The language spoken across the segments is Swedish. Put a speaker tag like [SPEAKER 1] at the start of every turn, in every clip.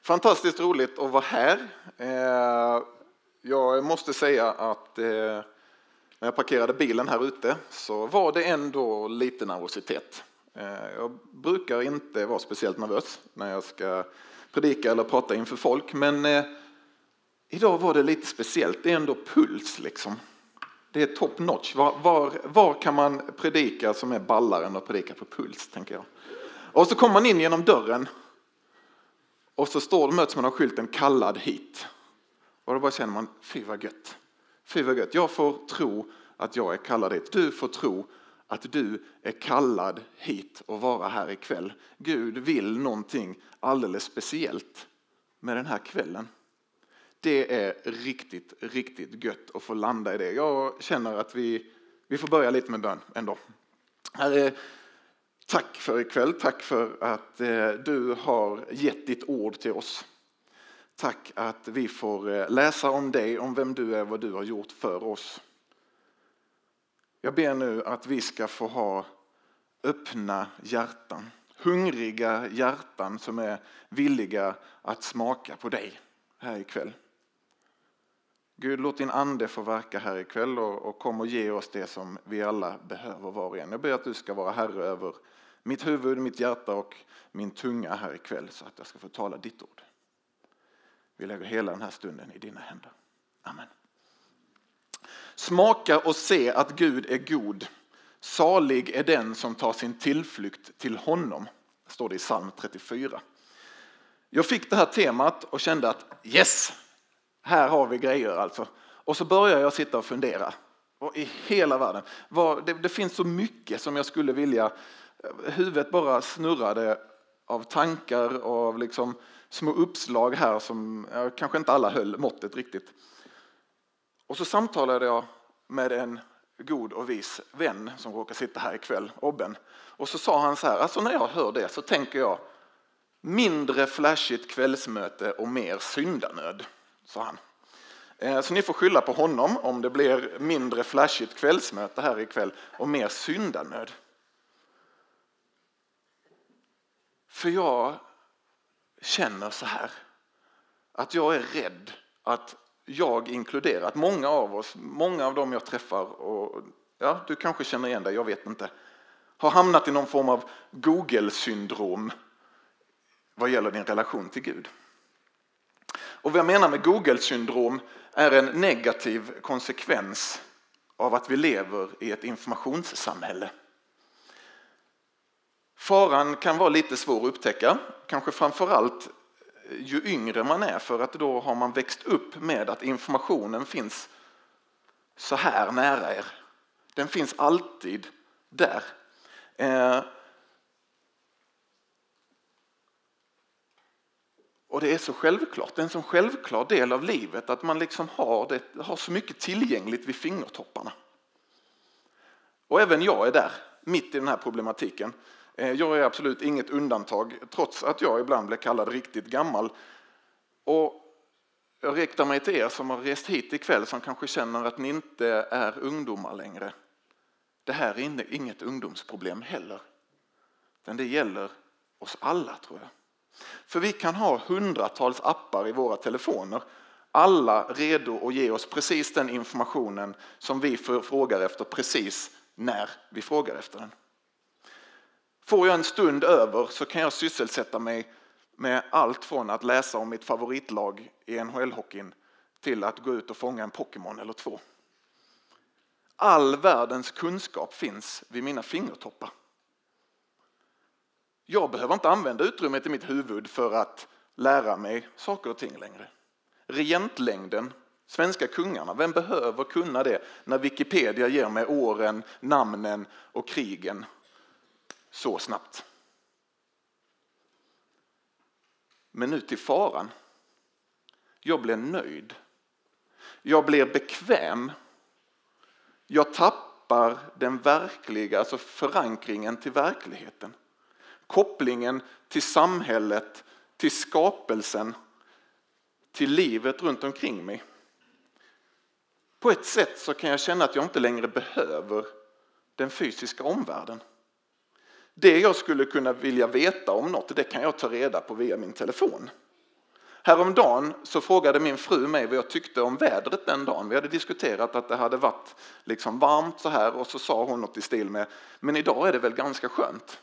[SPEAKER 1] Fantastiskt roligt att vara här. Jag måste säga att när jag parkerade bilen här ute så var det ändå lite nervositet. Jag brukar inte vara speciellt nervös när jag ska predika eller prata inför folk, men idag var det lite speciellt. Det är ändå puls liksom. Det är top notch. Var kan man predika som är ballare än att predika på puls, tänker jag. Och så kommer man in genom dörren. Och så möts man av skylten kallad hit. Och då bara känner man, fy vad gött. Fy vad gött. Jag får tro att jag är kallad hit. Du får tro att du är kallad hit och vara här ikväll. Gud vill någonting alldeles speciellt med den här kvällen. Det är riktigt, riktigt gött att få landa i det. Jag känner att vi får börja lite med bön ändå. Herre, tack för ikväll. Tack för att du har gett ditt ord till oss. Tack att vi får läsa om dig, om vem du är, vad du har gjort för oss. Jag ber nu att vi ska få ha öppna hjärtan. Hungriga hjärtan som är villiga att smaka på dig här ikväll. Gud, låt din ande få verka här ikväll och kom och ge oss det som vi alla behöver var och en. Jag ber att du ska vara herre över mitt huvud, mitt hjärta och min tunga här ikväll så att jag ska få tala ditt ord. Vi lägger hela den här stunden i dina händer. Amen. Smaka och se att Gud är god. Salig är den som tar sin tillflykt till honom. Står det i psalm 34. Jag fick det här temat och kände att yes, här har vi grejer alltså. Och så började jag sitta och fundera. Och i hela världen. Det finns så mycket som jag skulle vilja. Huvudet bara snurrade av tankar och av liksom små uppslag här som kanske inte alla höll måttet riktigt. Och så samtalade jag med en god och vis vän som råkar sitta här ikväll, Obben. Och så sa han så här, alltså när jag hör det så tänker jag mindre flashigt kvällsmöte och mer syndanöd, sa han. Så ni får skylla på honom om det blir mindre flashigt kvällsmöte här ikväll och mer syndanöd. För jag känner så här att jag är rädd att jag inkluderat många av oss, många av dem jag träffar och ja, du kanske känner igen dig, jag vet inte, har hamnat i någon form av Google-syndrom vad gäller din relation till Gud. Och vad jag menar med Google-syndrom är en negativ konsekvens av att vi lever i ett informationssamhälle. Faran kan vara lite svår att upptäcka, kanske framförallt ju yngre man är, för att då har man växt upp med att informationen finns så här nära er. Den finns alltid där. Och det är så självklart, det är en så självklar del av livet att man liksom har så mycket tillgängligt vid fingertopparna. Och även jag är där, mitt i den här problematiken. Jag är absolut inget undantag, trots att jag ibland blir kallad riktigt gammal. Och jag riktar mig till er som har rest hit ikväll som kanske känner att ni inte är ungdomar längre. Det här är inget ungdomsproblem heller. Men det gäller oss alla, tror jag. För vi kan ha hundratals appar i våra telefoner. Alla redo att ge oss precis den informationen som vi frågar efter precis när vi frågar efter den. Får jag en stund över så kan jag sysselsätta mig med allt från att läsa om mitt favoritlag i NHL-hockeyn till att gå ut och fånga en Pokémon eller 2. All världens kunskap finns vid mina fingertoppar. Jag behöver inte använda utrymmet i mitt huvud för att lära mig saker och ting längre. Regentlängden, svenska kungarna, vem behöver kunna det när Wikipedia ger mig åren, namnen och krigen så snabbt? Men nu till faran. Jag blir nöjd. Jag blir bekväm. Jag tappar den verkliga, alltså förankringen till verkligheten. Kopplingen till samhället, till skapelsen, till livet runt omkring mig. På ett sätt så kan jag känna att jag inte längre behöver den fysiska omvärlden. Det jag skulle kunna vilja veta om något, det kan jag ta reda på via min telefon. Häromdagen så frågade min fru mig vad jag tyckte om vädret den dagen. Vi hade diskuterat att det hade varit liksom varmt så här och så sa hon något i stil med, men idag är det väl ganska skönt.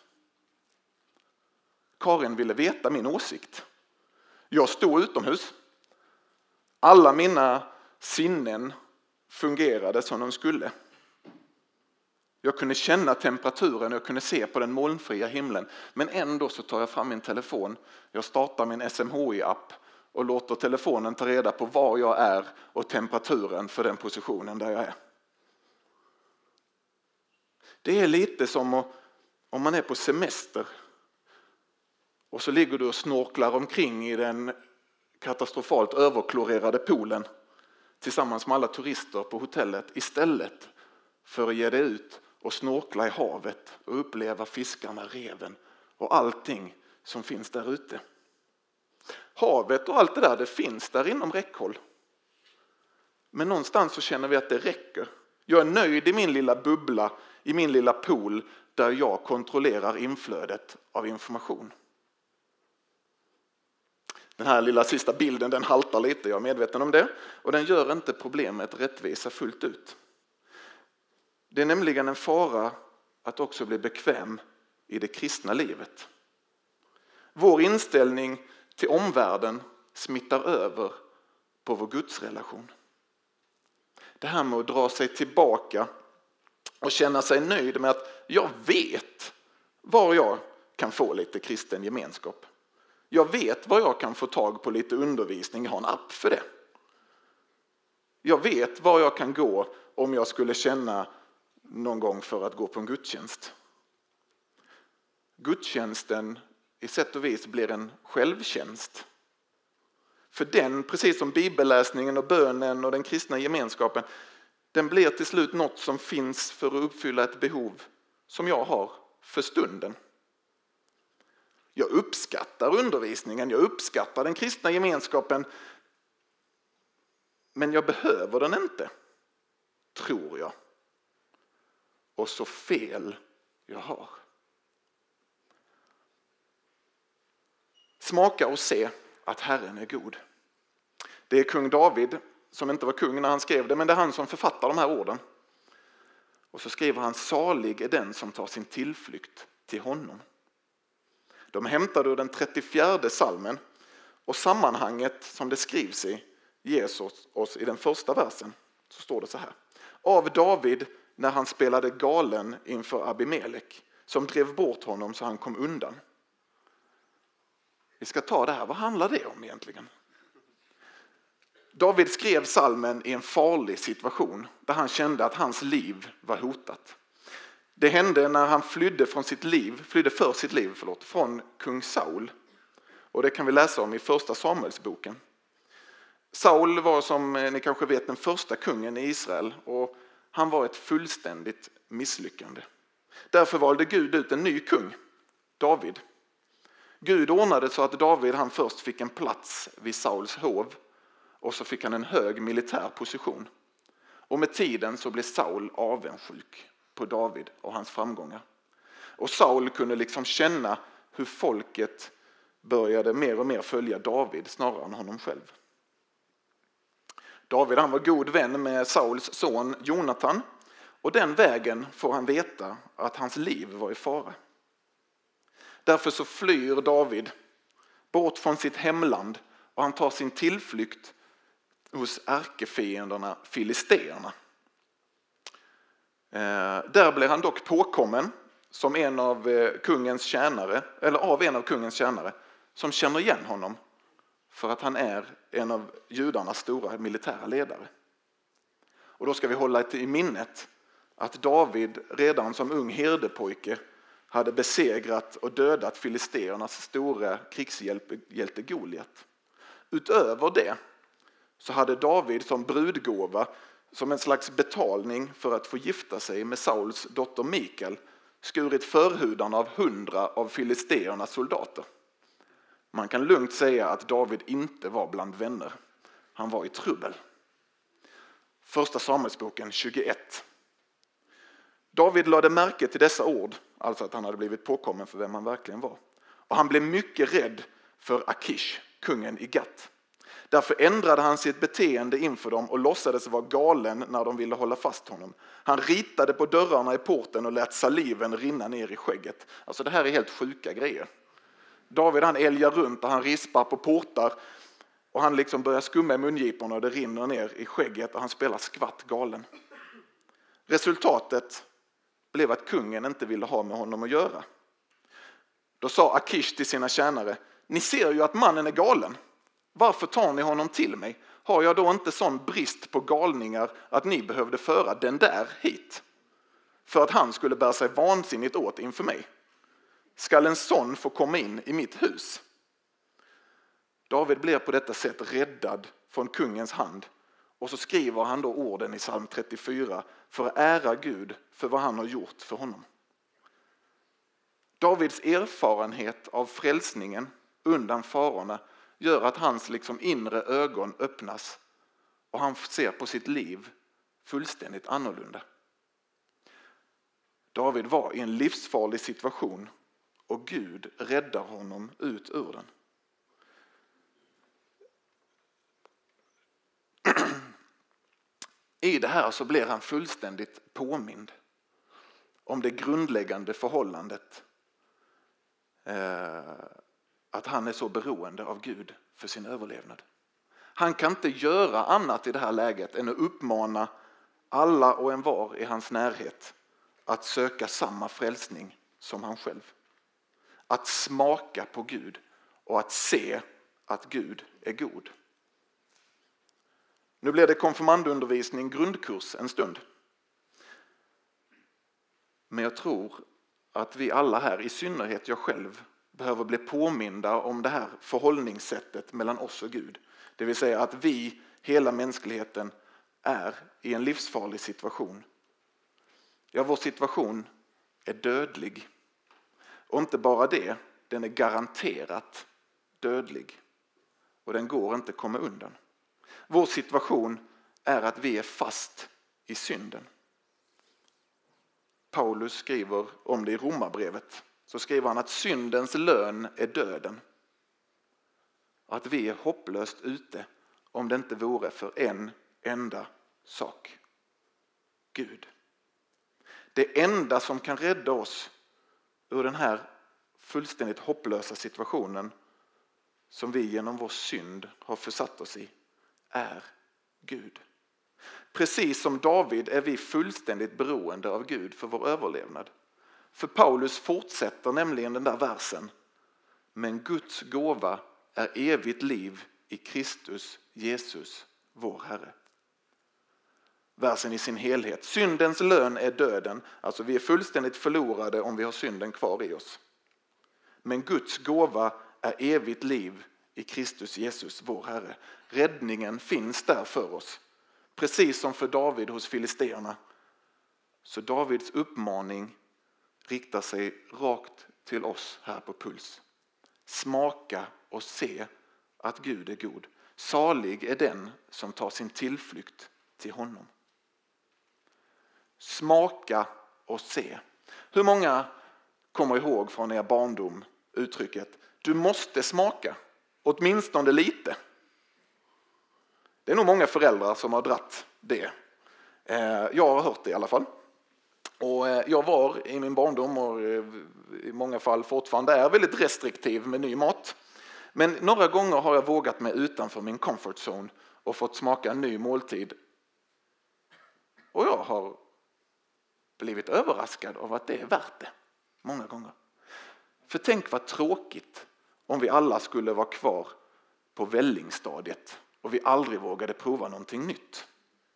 [SPEAKER 1] Karin ville veta min åsikt. Jag stod utomhus. Alla mina sinnen fungerade som de skulle. Jag kunde känna temperaturen, jag kunde se på den molnfria himlen. Men ändå så tar jag fram min telefon, jag startar min SMHI-app och låter telefonen ta reda på var jag är och temperaturen för den positionen där jag är. Det är lite som om man är på semester och så ligger du och snorklar omkring i den katastrofalt överklorerade poolen tillsammans med alla turister på hotellet istället för att ge dig ut och snorkla i havet och uppleva fiskarna, reven och allting som finns där ute. Havet och allt det där, det finns där inom räckhåll. Men någonstans så känner vi att det räcker. Jag är nöjd i min lilla bubbla, i min lilla pool där jag kontrollerar inflödet av information. Den här lilla sista bilden, den haltar lite, jag är medveten om det. Och den gör inte problemet rättvisa fullt ut. Det är nämligen en fara att också bli bekväm i det kristna livet. Vår inställning till omvärlden smittar över på vår gudsrelation. Det här med att dra sig tillbaka och känna sig nöjd med att jag vet var jag kan få lite kristen gemenskap. Jag vet var jag kan få tag på lite undervisning, jag har en app för det. Jag vet var jag kan gå om jag skulle känna någon gång för att gå på en gudstjänst. Gudstjänsten i sätt och vis blir en självtjänst. För den, precis som bibelläsningen och bönen och den kristna gemenskapen, den blir till slut något som finns för att uppfylla ett behov som jag har för stunden. Jag uppskattar undervisningen, jag uppskattar den kristna gemenskapen, men jag behöver den inte, tror jag. Och så fel jag har. Smaka och se att Herren är god. Det är kung David som inte var kung när han skrev det, men det är han som författar de här orden. Och så skriver han, salig är den som tar sin tillflykt till honom. De hämtade ur den 34:e psalmen och sammanhanget som det skrivs i ges oss i den första versen. Så står det så här. Av David när han spelade galen inför Abimelek som drev bort honom så han kom undan. Vi ska ta det här. Vad handlar det om egentligen? David skrev psalmen i en farlig situation där han kände att hans liv var hotat. Det hände när han flydde för sitt liv från kung Saul. Och det kan vi läsa om i första Samuelsboken. Saul var, som ni kanske vet, den första kungen i Israel och han var ett fullständigt misslyckande. Därför valde Gud ut en ny kung, David. Gud ordnade så att David han först fick en plats vid Sauls hov och så fick han en hög militär position. Och med tiden så blev Saul avundsjuk på David och hans framgångar. Och Saul kunde liksom känna hur folket började mer och mer följa David snarare än honom själv. David han var god vän med Sauls son Jonatan och den vägen får han veta att hans liv var i fara. Därför så flyr David bort från sitt hemland och han tar sin tillflykt hos ärkefienderna filisterna. Där blir han dock påkommen som en av kungens tjänare som känner igen honom för att han är en av judarnas stora militära ledare. Och då ska vi hålla i minnet att David redan som ung herdepojke hade besegrat och dödat filisternas stora krigshjälte Goliat. Utöver det så hade David som brudgåva, som en slags betalning för att få gifta sig med Sauls dotter Mikael, skurit förhudarna av 100 av filisternas soldater. Man kan lugnt säga att David inte var bland vänner. Han var i trubbel. Första Samuelsboken 21. David lade märke till dessa ord, alltså att han hade blivit påkommen för vem han verkligen var. Och han blev mycket rädd för Akish, kungen i Gat. Därför ändrade han sitt beteende inför dem och låtsades vara galen när de ville hålla fast honom. Han ritade på dörrarna i porten och lät saliven rinna ner i skägget. Alltså det här är helt sjuka grejer. David han älgar runt och han rispar på portar och han liksom börjar skumma i mungiporna och det rinner ner i skägget och han spelar skvatt galen. Resultatet blev att kungen inte ville ha med honom att göra. Då sa Akish till sina tjänare: ni ser ju att mannen är galen. Varför tar ni honom till mig? Har jag då inte sån brist på galningar att ni behövde föra den där hit? För att han skulle bära sig vansinnigt åt inför mig. Skall en sån få komma in i mitt hus? David blev på detta sätt räddad från kungens hand. Och så skriver han då orden i psalm 34 för att ära Gud för vad han har gjort för honom. Davids erfarenhet av frälsningen undan farorna gör att hans liksom inre ögon öppnas och han ser på sitt liv fullständigt annorlunda. David var i en livsfarlig situation och Gud räddar honom ut ur den. I det här så blir han fullständigt påmind om det grundläggande förhållandet att han är så beroende av Gud för sin överlevnad. Han kan inte göra annat i det här läget än att uppmana alla och en var i hans närhet att söka samma frälsning som han själv. Att smaka på Gud och att se att Gud är god. Nu blir det konfirmandundervisning, grundkurs en stund. Men jag tror att vi alla här, i synnerhet jag själv, behöver bli påminda om det här förhållningssättet mellan oss och Gud. Det vill säga att vi, hela mänskligheten, är i en livsfarlig situation. Ja, vår situation är dödlig. Och inte bara det, den är garanterat dödlig. Och den går inte att komma undan. Vår situation är att vi är fast i synden. Paulus skriver om det i Romarbrevet. Så skriver han att syndens lön är döden. Att vi är hopplöst ute om det inte vore för en enda sak. Gud. Det enda som kan rädda oss ur den här fullständigt hopplösa situationen som vi genom vår synd har försatt oss i är Gud. Precis som David är vi fullständigt beroende av Gud för vår överlevnad. För Paulus fortsätter nämligen den där versen. Men Guds gåva är evigt liv i Kristus Jesus, vår Herre. Versen i sin helhet. Syndens lön är döden. Alltså vi är fullständigt förlorade om vi har synden kvar i oss. Men Guds gåva är evigt liv i Kristus Jesus, vår Herre. Räddningen finns där för oss. Precis som för David hos filisterna. Så Davids uppmaning riktar sig rakt till oss här på Puls. Smaka och se att Gud är god. Salig är den som tar sin tillflykt till honom. Smaka och se. Hur många kommer ihåg från er barndom uttrycket du måste smaka, åtminstone lite? Det är nog många föräldrar som har dratt det. Jag har hört det i alla fall. Och jag var i min barndom och i många fall fortfarande är väldigt restriktiv med ny mat. Men några gånger har jag vågat mig utanför min comfort zone och fått smaka en ny måltid. Och jag har blivit överraskad av att det är värt det. Många gånger. För tänk vad tråkigt om vi alla skulle vara kvar på vällingstadiet och vi aldrig vågade prova någonting nytt.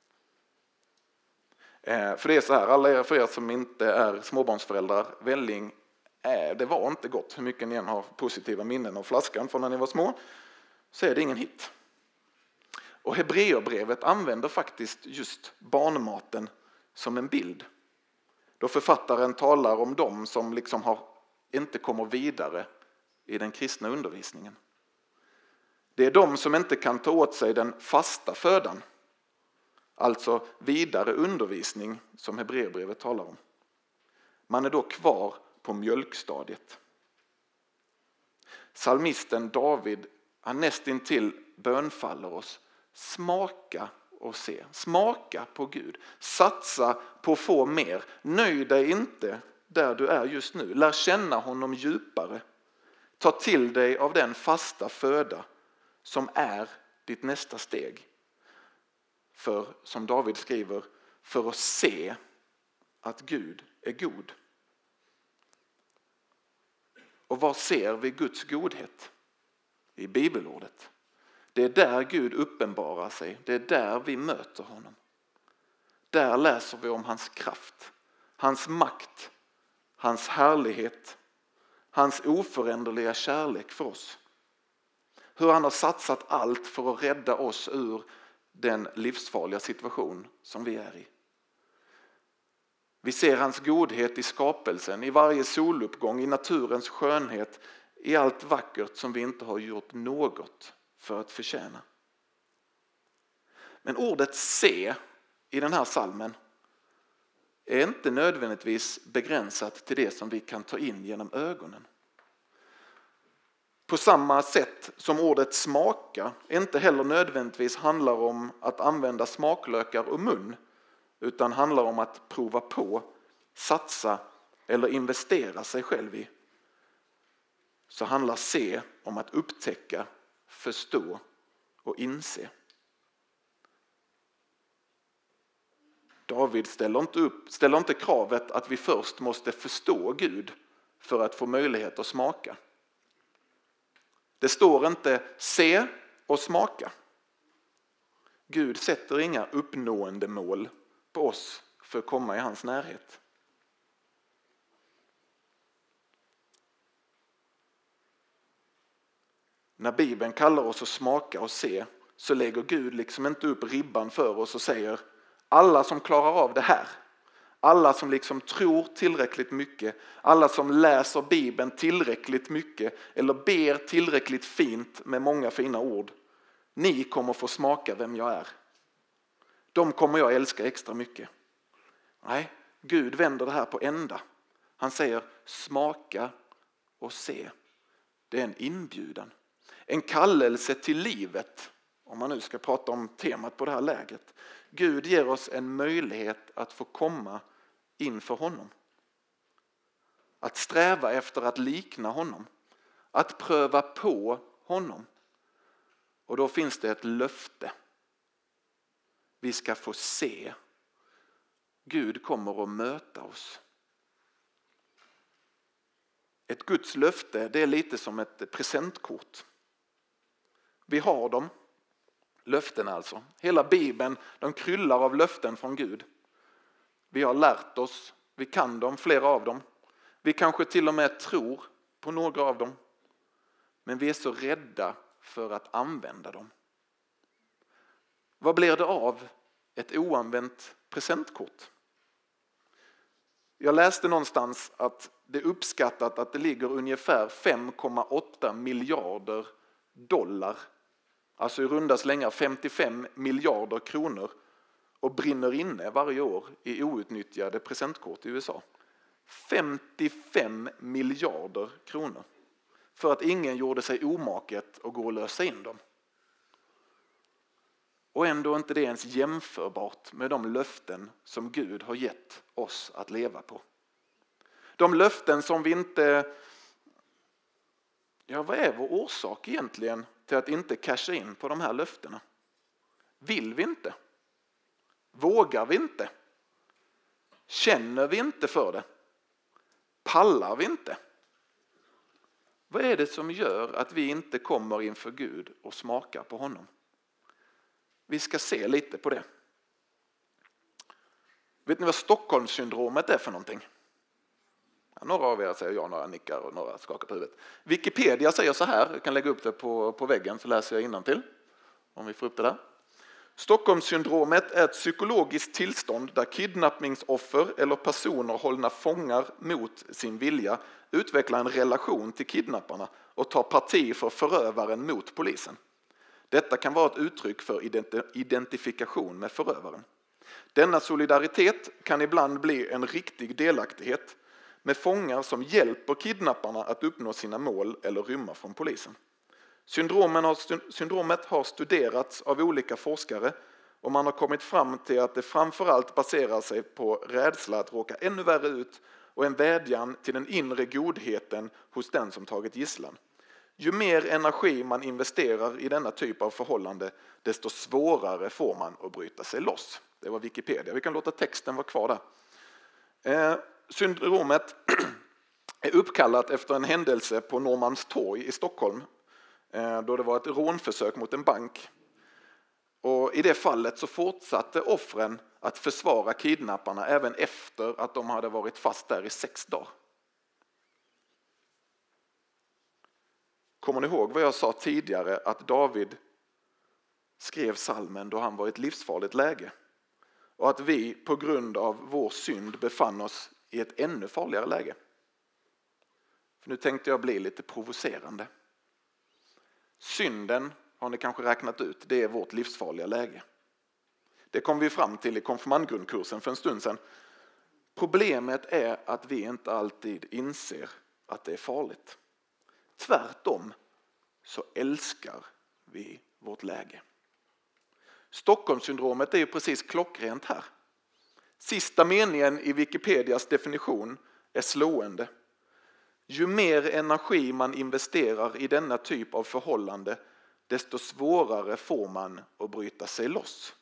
[SPEAKER 1] För det är så här, alla för er som inte är småbarnsföräldrar, välling, det var inte gott. Hur mycket ni än har positiva minnen av flaskan från när ni var små, så är det ingen hit. Och Hebreerbrevet använder faktiskt just barnmaten som en bild. Då författaren talar om dem som liksom inte kommer vidare i den kristna undervisningen. Det är de som inte kan ta åt sig den fasta födan. Alltså vidare undervisning som Hebreerbrevet talar om. Man är då kvar på mjölkstadiet. Psalmisten David, han nästintill bönfaller oss: smaka och se. Smaka på Gud. Satsa på att få mer. Nöj dig inte där du är just nu. Lär känna honom djupare. Ta till dig av den fasta föda som är ditt nästa steg. För, som David skriver, för att se att Gud är god. Och var ser vi Guds godhet? I bibelordet. Det är där Gud uppenbarar sig. Det är där vi möter honom. Där läser vi om hans kraft, hans makt, hans härlighet, hans oföränderliga kärlek för oss. Hur han har satsat allt för att rädda oss ur den livsfarliga situation som vi är i. Vi ser hans godhet i skapelsen, i varje soluppgång, i naturens skönhet, i allt vackert som vi inte har gjort något för att förtjäna. Men ordet se i den här salmen är inte nödvändigtvis begränsat till det som vi kan ta in genom ögonen. På samma sätt som ordet smaka inte heller nödvändigtvis handlar om att använda smaklökar och mun, utan handlar om att prova på, satsa eller investera sig själv i. Så handlar se om att upptäcka, förstå och inse. David ställer inte kravet att vi först måste förstå Gud för att få möjlighet att smaka. Det står inte se och smaka. Gud sätter inga uppnående mål på oss för att komma i hans närhet. När Bibeln kallar oss att smaka och se, så lägger Gud liksom inte upp ribban för oss och säger: alla som klarar av det här, alla som liksom tror tillräckligt mycket, alla som läser Bibeln tillräckligt mycket eller ber tillräckligt fint med många fina ord, ni kommer få smaka vem jag är. De kommer jag älska extra mycket. Nej, Gud vänder det här på ända. Han säger: smaka och se. Det är en inbjudan. En kallelse till livet, om man nu ska prata om temat på det här läget. Gud ger oss en möjlighet att få komma inför honom. Att sträva efter att likna honom. Att pröva på honom. Och då finns det ett löfte. Vi ska få se. Gud kommer att möta oss. Ett Guds löfte, det är lite som ett presentkort. Vi har dem. Löften alltså. Hela Bibeln, de kryllar av löften från Gud. Vi har lärt oss, vi kan dem, flera av dem. Vi kanske till och med tror på några av dem. Men vi är så rädda för att använda dem. Vad blir det av ett oanvänt presentkort? Jag läste någonstans att det är uppskattat att det ligger ungefär 5,8 miljarder dollar, alltså i runda slängar 55 miljarder kronor, och brinner inne varje år i outnyttjade presentkort i USA. 55 miljarder kronor för att ingen gjorde sig omaket att gå och lösa in dem. Och ändå inte det ens jämförbart med de löften som Gud har gett oss att leva på. De löften som vi inte... Ja, vad är vår orsak egentligen till att inte casha in på de här löftena? Vill vi inte? Vågar vi inte? Känner vi inte för det? Pallar vi inte? Vad är det som gör att vi inte kommer inför Gud och smakar på honom? Vi ska se lite på det. Vet ni vad Stockholmssyndromet är för någonting? Ja, några av er säger ja, några nickar och några skakar på huvudet. Wikipedia säger så här, jag kan lägga upp det på väggen så läser jag innantill. Om vi får upp det där. Stockholmssyndromet är ett psykologiskt tillstånd där kidnappningsoffer eller personer hållna fångar mot sin vilja utvecklar en relation till kidnapparna och tar parti för förövaren mot polisen. Detta kan vara ett uttryck för identifikation med förövaren. Denna solidaritet kan ibland bli en riktig delaktighet med fångar som hjälper kidnapparna att uppnå sina mål eller rymma från polisen. Syndromet har studerats av olika forskare och man har kommit fram till att det framförallt baserar sig på rädsla att råka ännu värre ut och en vädjan till den inre godheten hos den som tagit gisslan. Ju mer energi man investerar i denna typ av förhållande, desto svårare får man att bryta sig loss. Det var Wikipedia. Vi kan låta texten vara kvar där. Syndromet är uppkallat efter en händelse på Norrmalmstorg i Stockholm, då det var ett rånförsök mot en bank. Och i det fallet så fortsatte offren att försvara kidnapparna även efter att de hade varit fast där i 6 dagar. Kommer ni ihåg vad jag sa tidigare, att David skrev psalmen då han var i ett livsfarligt läge? Och att vi på grund av vår synd befann oss i ett ännu farligare läge. För nu tänkte jag bli lite provocerande. Synden, har ni kanske räknat ut, det är vårt livsfarliga läge. Det kom vi fram till i konfirmandgrundkursen för en stund sedan. Problemet är att vi inte alltid inser att det är farligt. Tvärtom så älskar vi vårt läge. Stockholmssyndromet är ju precis klockrent här. Sista meningen i Wikipedias definition är slående. Ju mer energi man investerar i denna typ av förhållande, desto svårare får man att bryta sig loss.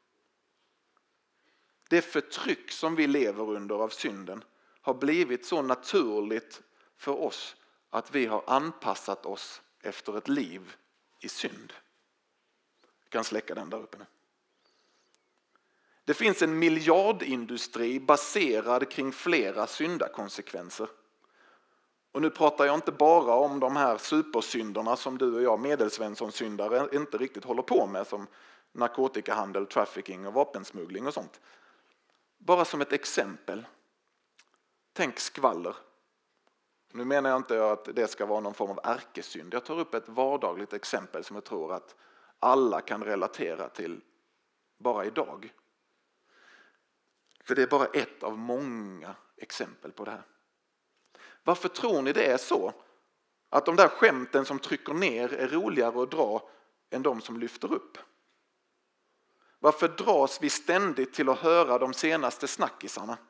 [SPEAKER 1] Det förtryck som vi lever under av synden har blivit så naturligt för oss att vi har anpassat oss efter ett liv i synd. Jag kan släcka den där uppe nu. Det finns en miljardindustri baserad kring flera syndakonsekvenser. Och nu pratar jag inte bara om de här supersynderna som du och jag medelsvenssonsyndare inte riktigt håller på med, som narkotikahandel, trafficking och vapensmuggling och sånt. Bara som ett exempel. Tänk skvaller. Nu menar jag inte att det ska vara någon form av ärkesynd. Jag tar upp ett vardagligt exempel som jag tror att alla kan relatera till bara idag. För det är bara ett av många exempel på det här. Varför tror ni det är så att de där skämten som trycker ner är roligare att dra än de som lyfter upp? Varför dras vi ständigt till att höra de senaste snackisarna?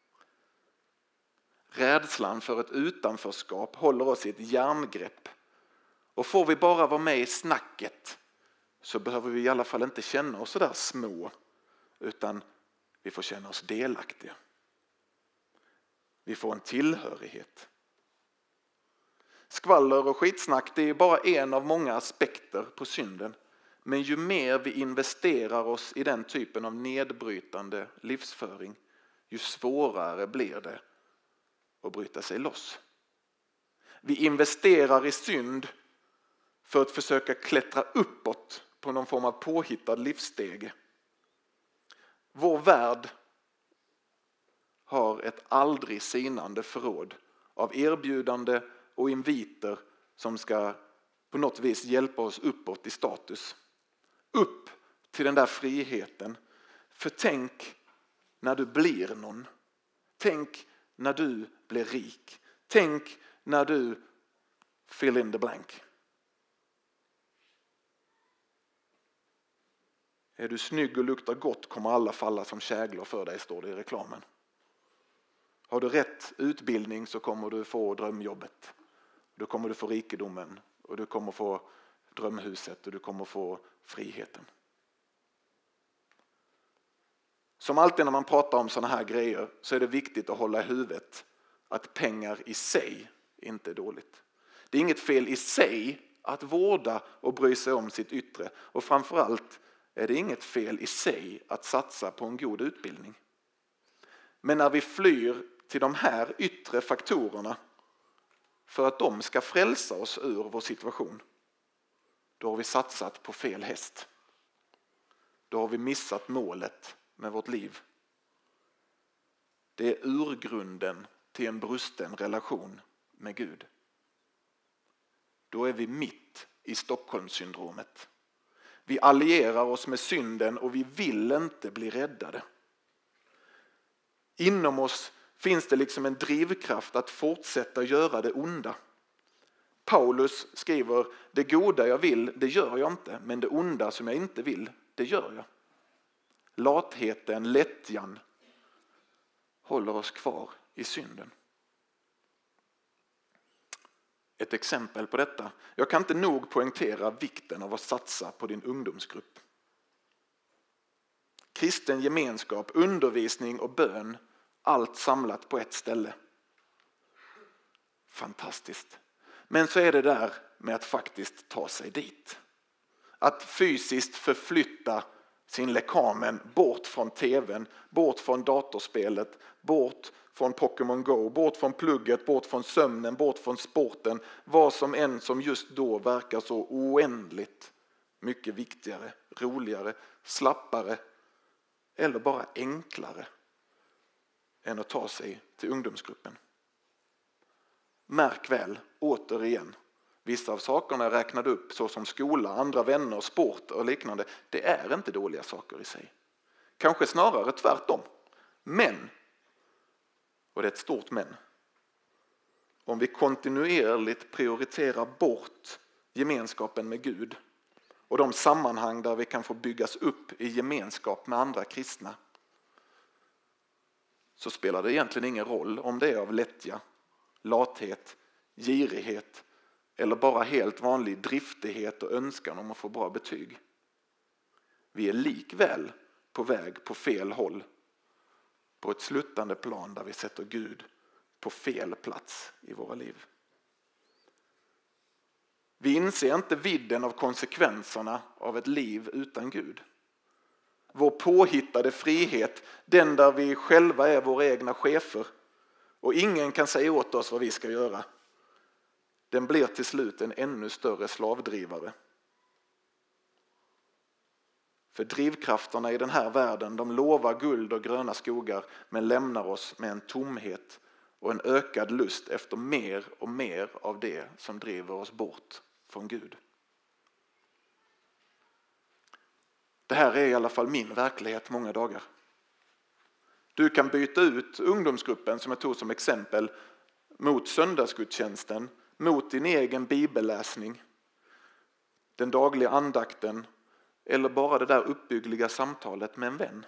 [SPEAKER 1] Rädslan för ett utanförskap håller oss i ett järngrepp. Och får vi bara vara med i snacket så behöver vi i alla fall inte känna oss så där små, utan vi får känna oss delaktiga. Vi får en tillhörighet. Skvaller och skitsnack, det är bara en av många aspekter på synden. Men ju mer vi investerar oss i den typen av nedbrytande livsföring, ju svårare blir det att bryta sig loss. Vi investerar i synd för att försöka klättra uppåt på någon form av påhittad livsstege. Vår värld har ett aldrig sinande förråd av erbjudande och inviter som ska på något vis hjälpa oss uppåt i status. Upp till den där friheten. För tänk när du blir någon. Tänk när du blir rik. Tänk när du fill in the blank. Är du snygg och luktar gott kommer alla falla som käglor för dig, står det i reklamen. Har du rätt utbildning så kommer du få drömjobbet. Då kommer du få rikedomen och du kommer få drömhuset och du kommer få friheten. Som alltid när man pratar om sådana här grejer så är det viktigt att hålla i huvudet att pengar i sig inte är dåligt. Det är inget fel i sig att vårda och bry sig om sitt yttre, och framförallt är det inget fel i sig att satsa på en god utbildning. Men när vi flyr till de här yttre faktorerna för att de ska frälsa oss ur vår situation, då har vi satsat på fel häst. Då har vi missat målet med vårt liv. Det är urgrunden till en brusten relation med Gud. Då är vi mitt i Stockholmssyndromet. Vi allierar oss med synden och vi vill inte bli räddade. Inom oss finns det liksom en drivkraft att fortsätta göra det onda. Paulus skriver, det goda jag vill, det gör jag inte, men det onda som jag inte vill, det gör jag. Latheten, lättjan håller oss kvar i synden. Ett exempel på detta. Jag kan inte nog poängtera vikten av att satsa på din ungdomsgrupp. Kristen gemenskap, undervisning och bön, allt samlat på ett ställe. Fantastiskt. Men så är det där med att faktiskt ta sig dit. Att fysiskt förflytta sin lekamen bort från tvn, bort från datorspelet, bort från Pokémon Go, bort från plugget, bort från sömnen, bort från sporten. Vad som än som just då verkar så oändligt mycket viktigare, roligare, slappare eller bara enklare än att ta sig till ungdomsgruppen. Märk väl, återigen, vissa av sakerna jag räknade upp såsom skola, andra vänner, sport och liknande, det är inte dåliga saker i sig. Kanske snarare tvärtom. Men, och det är ett stort men, om vi kontinuerligt prioriterar bort gemenskapen med Gud och de sammanhang där vi kan få byggas upp i gemenskap med andra kristna, så spelar det egentligen ingen roll om det är av lättja, lathet, girighet eller bara helt vanlig driftighet och önskan om att få bra betyg. Vi är likväl på väg på fel håll, på ett sluttande plan där vi sätter Gud på fel plats i våra liv. Vi inser inte vidden av konsekvenserna av ett liv utan Gud. Vår påhittade frihet, den där vi själva är våra egna chefer och ingen kan säga åt oss vad vi ska göra, den blir till slut en ännu större slavdrivare. För drivkrafterna i den här världen, de lovar guld och gröna skogar men lämnar oss med en tomhet och en ökad lust efter mer och mer av det som driver oss bort från Gud. Det här är i alla fall min verklighet många dagar. Du kan byta ut ungdomsgruppen som jag tog som exempel mot söndagsgudstjänsten, mot din egen bibelläsning, den dagliga andakten eller bara det där uppbyggliga samtalet med en vän.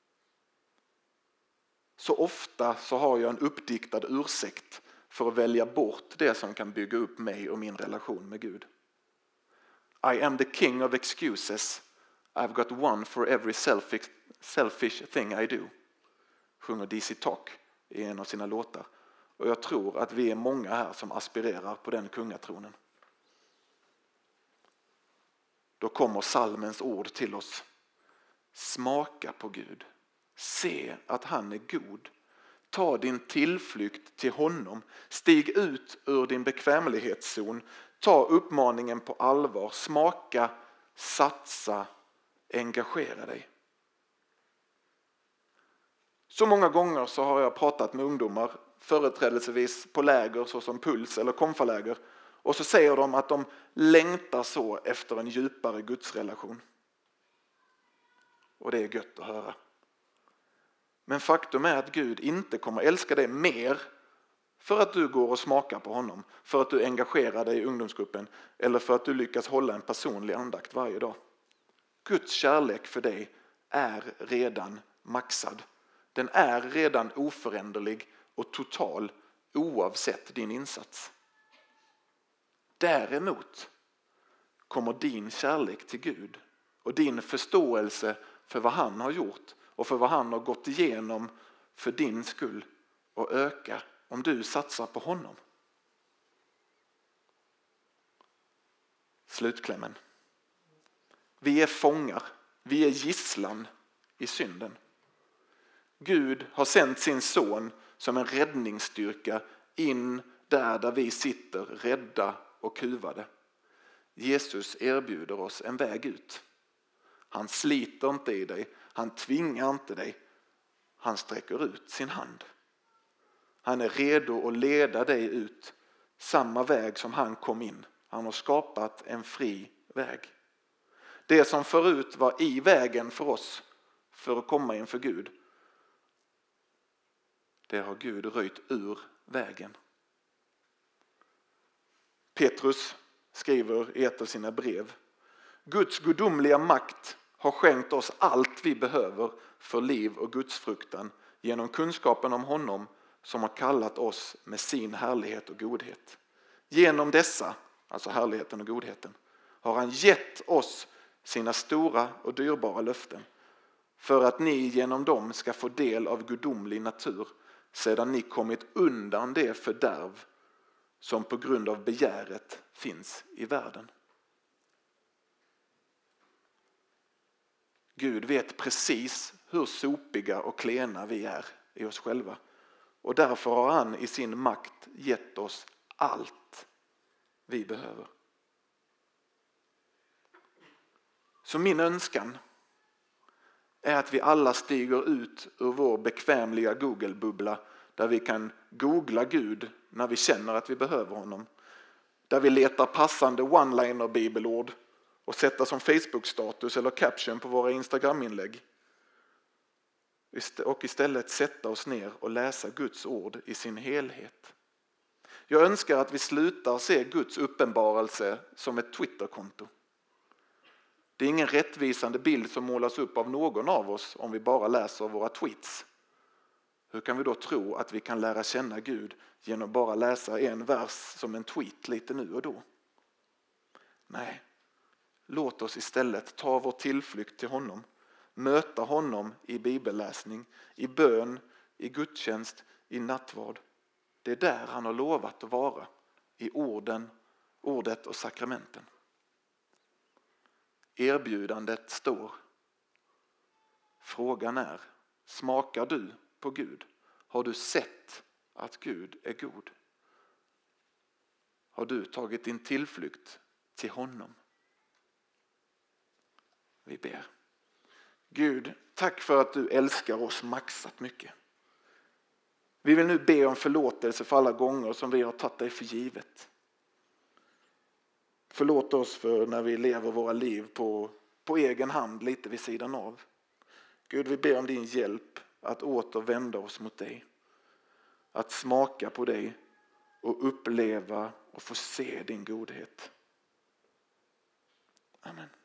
[SPEAKER 1] Så ofta så har jag en uppdiktad ursäkt för att välja bort det som kan bygga upp mig och min relation med Gud. I am the king of excuses. I've got one for every selfish thing I do. Sjunger DC Talk i en av sina låtar. Och jag tror att vi är många här som aspirerar på den kungatronen. Då kommer psalmens ord till oss. Smaka på Gud. Se att han är god. Ta din tillflykt till honom. Stig ut ur din bekvämlighetszon. Ta uppmaningen på allvar. Smaka, satsa, engagera dig. Så många gånger så har jag pratat med ungdomar, företrädelsevis på läger såsom Puls eller konfaläger, och så säger de att de längtar så efter en djupare gudsrelation. Och det är gött att höra. Men faktum är att Gud inte kommer älska dig mer för att du går och smakar på honom, för att du engagerar dig i ungdomsgruppen eller för att du lyckas hålla en personlig andakt varje dag. Guds kärlek för dig är redan maxad. Den är redan oföränderlig och total oavsett din insats. Däremot kommer din kärlek till Gud och din förståelse för vad han har gjort och för vad han har gått igenom för din skull att öka om du satsar på honom. Slutklämmen. Vi är fångar, vi är gisslan i synden. Gud har sänt sin son som en räddningsstyrka in där vi sitter rädda och kuvade. Jesus erbjuder oss en väg ut. Han sliter inte i dig, han tvingar inte dig. Han sträcker ut sin hand. Han är redo att leda dig ut samma väg som han kom in. Han har skapat en fri väg. Det som förut var i vägen för oss för att komma inför Gud, det har Gud röjt ur vägen. Petrus skriver i ett av sina brev: Guds gudomliga makt har skänkt oss allt vi behöver för liv och gudsfruktan genom kunskapen om honom som har kallat oss med sin härlighet och godhet. Genom dessa, alltså härligheten och godheten, har han gett oss sina stora och dyrbara löften för att ni genom dem ska få del av gudomlig natur sedan ni kommit undan det fördärv som på grund av begäret finns i världen. Gud vet precis hur sopiga och klena vi är i oss själva. Och därför har han i sin makt gett oss allt vi behöver. Så min önskan är att vi alla stiger ut ur vår bekvämliga Google-bubbla där vi kan googla Gud när vi känner att vi behöver honom. Där vi letar passande one-liner bibelord och sätta som Facebook-status eller caption på våra Instagram-inlägg. Och istället sätta oss ner och läsa Guds ord i sin helhet. Jag önskar att vi slutar se Guds uppenbarelse som ett Twitterkonto. Det är ingen rättvisande bild som målas upp av någon av oss om vi bara läser våra tweets. Hur kan vi då tro att vi kan lära känna Gud genom att bara läsa en vers som en tweet lite nu och då? Nej, låt oss istället ta vår tillflykt till honom. Möta honom i bibelläsning, i bön, i gudstjänst, i nattvard. Det är där han har lovat att vara, i ordet och sakramenten. Erbjudandet står. Frågan är, smakar du på Gud? Har du sett att Gud är god? Har du tagit din tillflykt till honom? Vi ber. Gud, tack för att du älskar oss maxat mycket. Vi vill nu be om förlåtelse för alla gånger som vi har tagit dig för givet. Förlåt oss för när vi lever våra liv på egen hand lite vid sidan av. Gud, vi ber om din hjälp att återvända oss mot dig. Att smaka på dig och uppleva och få se din godhet. Amen.